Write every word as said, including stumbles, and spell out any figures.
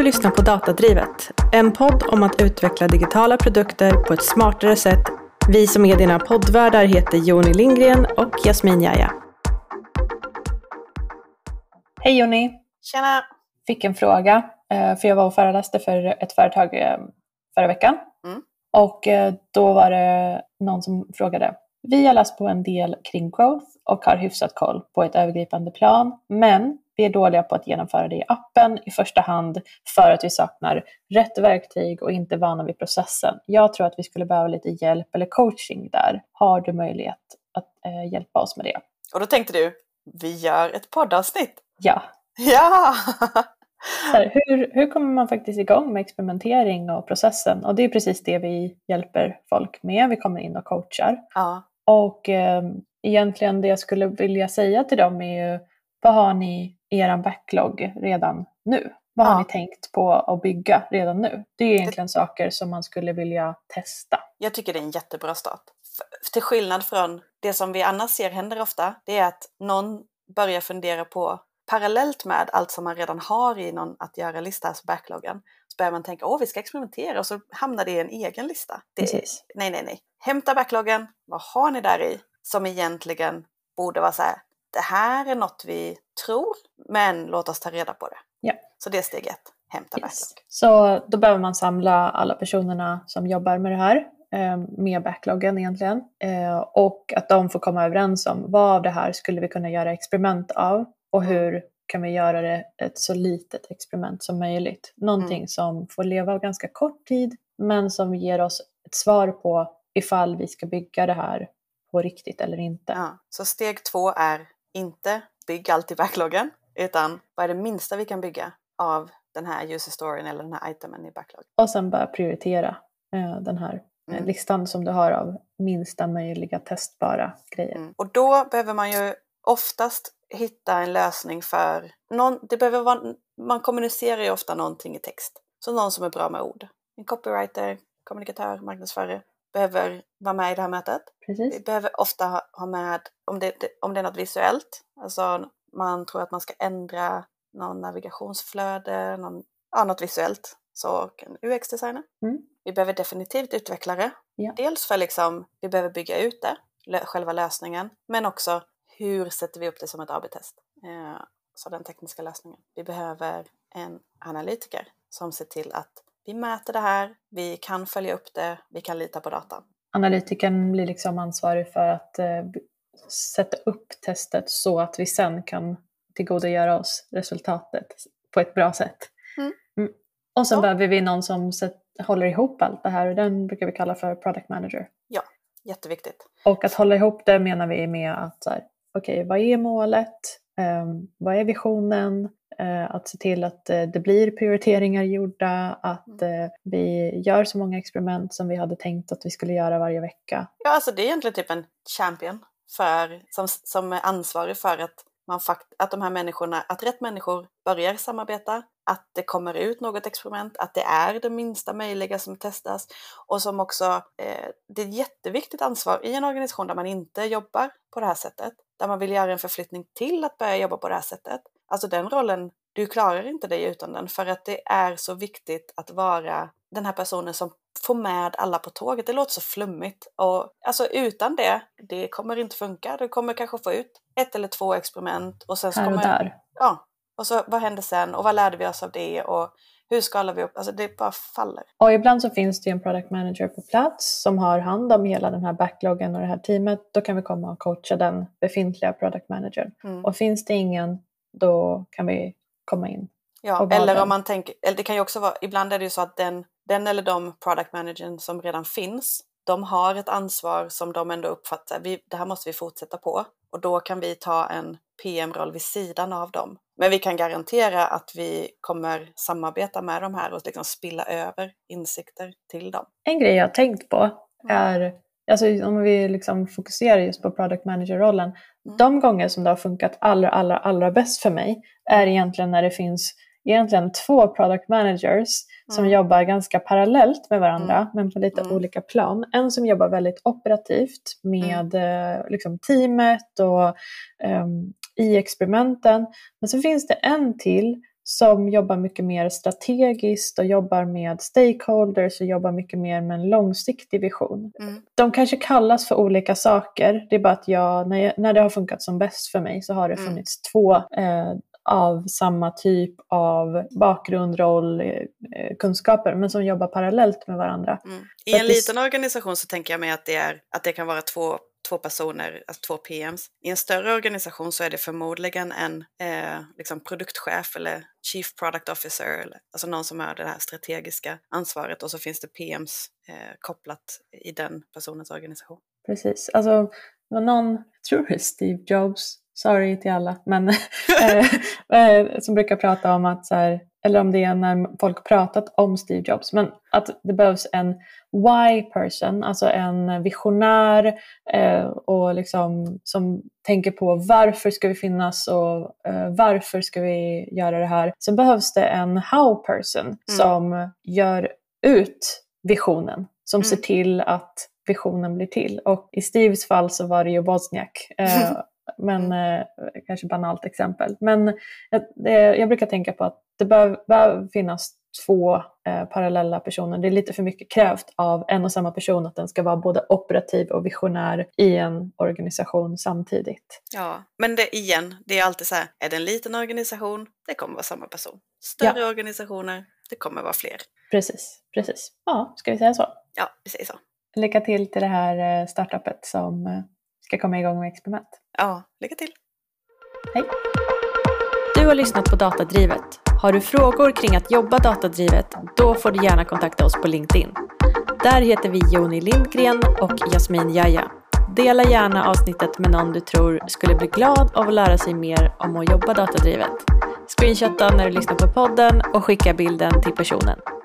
Du lyssnar på Datadrivet, en podd om att utveckla digitala produkter på ett smartare sätt. Vi som är dina poddvärdar heter Joni Lindgren och Jasmin Jaja. Hej Joni! Tjena! Fick en fråga, för jag var och föreläste för ett företag förra veckan. Mm. Och då var det någon som frågade: vi har läst på en del kring growth och har hyfsat koll på ett övergripande plan, men vi är dåliga på att genomföra det i appen i första hand för att vi saknar rätt verktyg och inte vana vid processen. Jag tror att vi skulle behöva lite hjälp eller coaching där. Har du möjlighet att eh, hjälpa oss med det? Och då tänkte du, vi gör ett poddavsnitt. Ja. Ja! Så här, hur, hur kommer man faktiskt igång med experimentering och processen? Och det är precis det vi hjälper folk med. Vi kommer in och coachar. Ja. Och eh, egentligen det jag skulle vilja säga till dem är ju: vad har ni i er backlog redan nu? Vad Ja. har ni tänkt på att bygga redan nu? Det är egentligen det... saker som man skulle vilja testa. Jag tycker det är en jättebra start. För, till skillnad från det som vi annars ser händer ofta, det är att någon börjar fundera på, parallellt med allt som man redan har i någon att göra-lista, alltså backloggen, så börjar man tänka, åh vi ska experimentera, och så hamnar det i en egen lista. Det, Precis. Nej, nej, nej. Hämta backloggen, vad har ni där i som egentligen borde vara så här: det här är något vi tror, men låt oss ta reda på det. Ja. Så det är steg ett. Hämta Yes. backlog. Så då behöver man samla alla personerna som jobbar med det här, eh, med backloggen egentligen. Eh, och att de får komma överens om vad av det här skulle vi kunna göra experiment av. Och hur kan vi göra det ett så litet experiment som möjligt. Någonting mm. som får leva ganska kort tid, men som ger oss ett svar på ifall vi ska bygga det här på riktigt eller inte. Ja. Så steg två är inte bygga allt i backloggen, utan vad är det minsta vi kan bygga av den här user storyn eller den här itemen i backlog. Och sen bara prioritera eh, den här mm. listan som du har av minsta möjliga testbara grejer. Mm. Och då behöver man ju oftast hitta en lösning för någon, det behöver vara, man kommunicerar ju ofta någonting i text. Så någon som är bra med ord. En copywriter, kommunikatör, marknadsförare behöver vara med i det här mötet. Precis. Vi behöver ofta ha, ha med, om det, om det är något visuellt, alltså man tror att man ska ändra någon navigationsflöde, någon, ja, något visuellt, så en U X-designer. Mm. Vi behöver definitivt utvecklare. Ja. Dels för liksom, vi behöver bygga ut det, själva lösningen, men också hur sätter vi upp det som ett A B-test? Eh, så den tekniska lösningen. Vi behöver en analytiker som ser till att vi mäter det här, vi kan följa upp det, vi kan lita på datan. Analytikern blir liksom ansvarig för att eh, sätta upp testet så att vi sen kan tillgodogöra oss resultatet på ett bra sätt. Mm. Mm. Och sen ja. behöver vi någon som set, håller ihop allt det här, och den brukar vi kalla för product manager. Ja, jätteviktigt. Och att hålla ihop det menar vi med att så här, okej, okay, vad är målet? Um, vad är visionen? Uh, att se till att uh, det blir prioriteringar gjorda. Att uh, vi gör så många experiment som vi hade tänkt att vi skulle göra varje vecka. Ja, alltså det är egentligen typ en champion för, som, som är ansvarig för att, man fakt- att de här människorna, att rätt människor börjar samarbeta. Att det kommer ut något experiment. Att det är det minsta möjliga som testas. Och som också, eh, det är ett jätteviktigt ansvar i en organisation där man inte jobbar på det här sättet. Där man vill göra en förflyttning till att börja jobba på det här sättet. Alltså den rollen, du klarar inte dig utan den. För att det är så viktigt att vara den här personen som får med alla på tåget. Det låter så flummigt. Och alltså utan det, det kommer inte funka. Du kommer kanske få ut ett eller två experiment. Och sen så här och kommer, där. Ja, och så vad händer sen? Och vad lärde vi oss av det? Och hur skalar vi upp? Alltså det bara faller. Och ibland så finns det en product manager på plats som har hand om hela den här backloggen och det här teamet. Då kan vi komma och coacha den befintliga product managern. Mm. Och finns det ingen, då kan vi komma in. Ja, eller den. Om man tänker, eller det kan ju också vara, ibland är det ju så att den, den eller de product managern som redan finns, de har ett ansvar som de ändå uppfattar. Vi, det här måste vi fortsätta på. Och då kan vi ta en P M-roll vid sidan av dem. Men vi kan garantera att vi kommer samarbeta med de här och liksom spilla över insikter till dem. En grej jag har tänkt på är, alltså om vi liksom fokuserar just på product manager-rollen. Mm. De gånger som det har funkat allra, allra, allra bäst för mig är egentligen när det finns egentligen två product managers som mm. jobbar ganska parallellt med varandra, mm. men på lite mm. olika plan. En som jobbar väldigt operativt med mm. liksom teamet och um, i experimenten. Men så finns det en till som jobbar mycket mer strategiskt och jobbar med stakeholders och jobbar mycket mer med en långsiktig vision. Mm. De kanske kallas för olika saker. Det är bara att jag, när, jag, när det har funkat som bäst för mig så har det funnits mm. två eh, av samma typ av bakgrund, roll, eh, kunskaper, men som jobbar parallellt med varandra. Mm. I en liten det... organisation så tänker jag mig att det, är, att det kan vara två två personer, alltså två P Ms. I en större organisation så är det förmodligen en eh, liksom produktchef eller chief product officer, eller, alltså någon som har det här strategiska ansvaret, och så finns det P Ms eh, kopplat i den personens organisation. Precis, alltså någon, jag tror det är Steve Jobs, sorry till alla, men eh, som brukar prata om att så här, eller om det är när folk pratat om Steve Jobs, men att det behövs en why person, alltså en visionär eh, och liksom som tänker på varför ska vi finnas och eh, varför ska vi göra det här. Så behövs det en how person mm. som gör ut visionen, som mm. ser till att visionen blir till. Och i Steves fall så var det ju Wozniak. Eh, Men eh, kanske banalt exempel. Men jag, det, jag brukar tänka på att det behöver, behöver finnas två eh, parallella personer. Det är lite för mycket krävt av en och samma person att den ska vara både operativ och visionär i en organisation samtidigt. Ja, men det, igen, det är alltid så här, är det en liten organisation, det kommer vara samma person. Större ja. organisationer, det kommer vara fler. Precis, precis. Ja, ska vi säga så? Ja, vi säger så. Lycka till till det här startupet som ska komma igång med experiment. Ja, lycka till. Hej. Du har lyssnat på Datadrivet. Har du frågor kring att jobba datadrivet, då får du gärna kontakta oss på LinkedIn. Där heter vi Joni Lindgren och Jasmin Jaja. Dela gärna avsnittet med någon du tror skulle bli glad av att lära sig mer om att jobba datadrivet. Screenshotta när du lyssnar på podden och skicka bilden till personen.